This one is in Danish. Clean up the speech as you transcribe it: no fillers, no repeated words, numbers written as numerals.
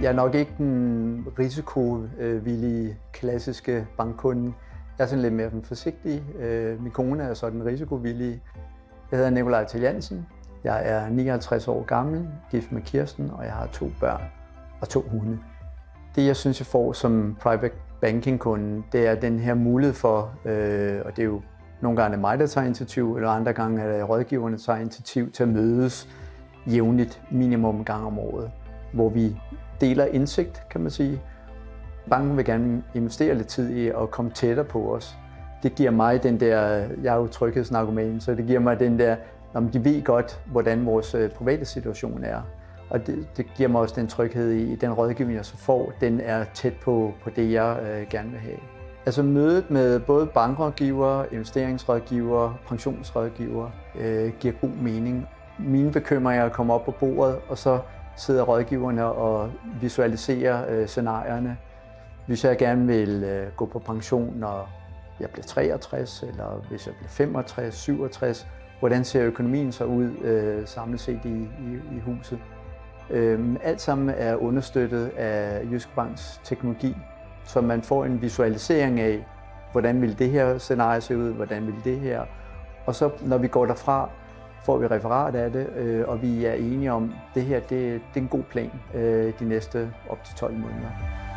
Jeg er nok ikke den risikovillige, klassiske bankkunde. Jeg er sådan lidt mere den forsigtige. Min kone er så den risikovillige. Jeg hedder Nikolaj Tiliansen. Jeg er 59 år gammel, gift med Kirsten, og jeg har 2 børn og 2 hunde. Det, jeg synes, jeg får som private banking-kunde, det er den her mulighed for, og det er jo nogle gange mig, der tager initiativ, eller andre gange er det rådgiverne, der tager initiativ til at mødes jævnligt, minimum en gang om året, hvor vi deler indsigt, kan man sige. Banken vil gerne investere lidt tid i at komme tættere på os. Det giver mig den der, jeg er jo tryghedsnarkoman, så det giver mig den der, de ved godt, hvordan vores private situation er. Og det giver mig også den tryghed i, den rådgivning, jeg så får, den er tæt på det, jeg gerne vil have. Altså mødet med både bankrådgivere, investeringsrådgivere, pensionsrådgivere giver god mening. Mine bekymringer kommer op på bordet, og så sidder rådgiverne og visualiserer scenarierne. Hvis jeg gerne vil gå på pension, når jeg bliver 63, eller hvis jeg bliver 65, 67, hvordan ser økonomien så ud samlet set i huset? Alt sammen er understøttet af Jyske Banks teknologi, så man får en visualisering af, hvordan vil det her scenarie se ud, hvordan vil det her. Og så når vi går derfra, får vi referat af det, og vi er enige om, at det her det er en god plan de næste op til 12 måneder.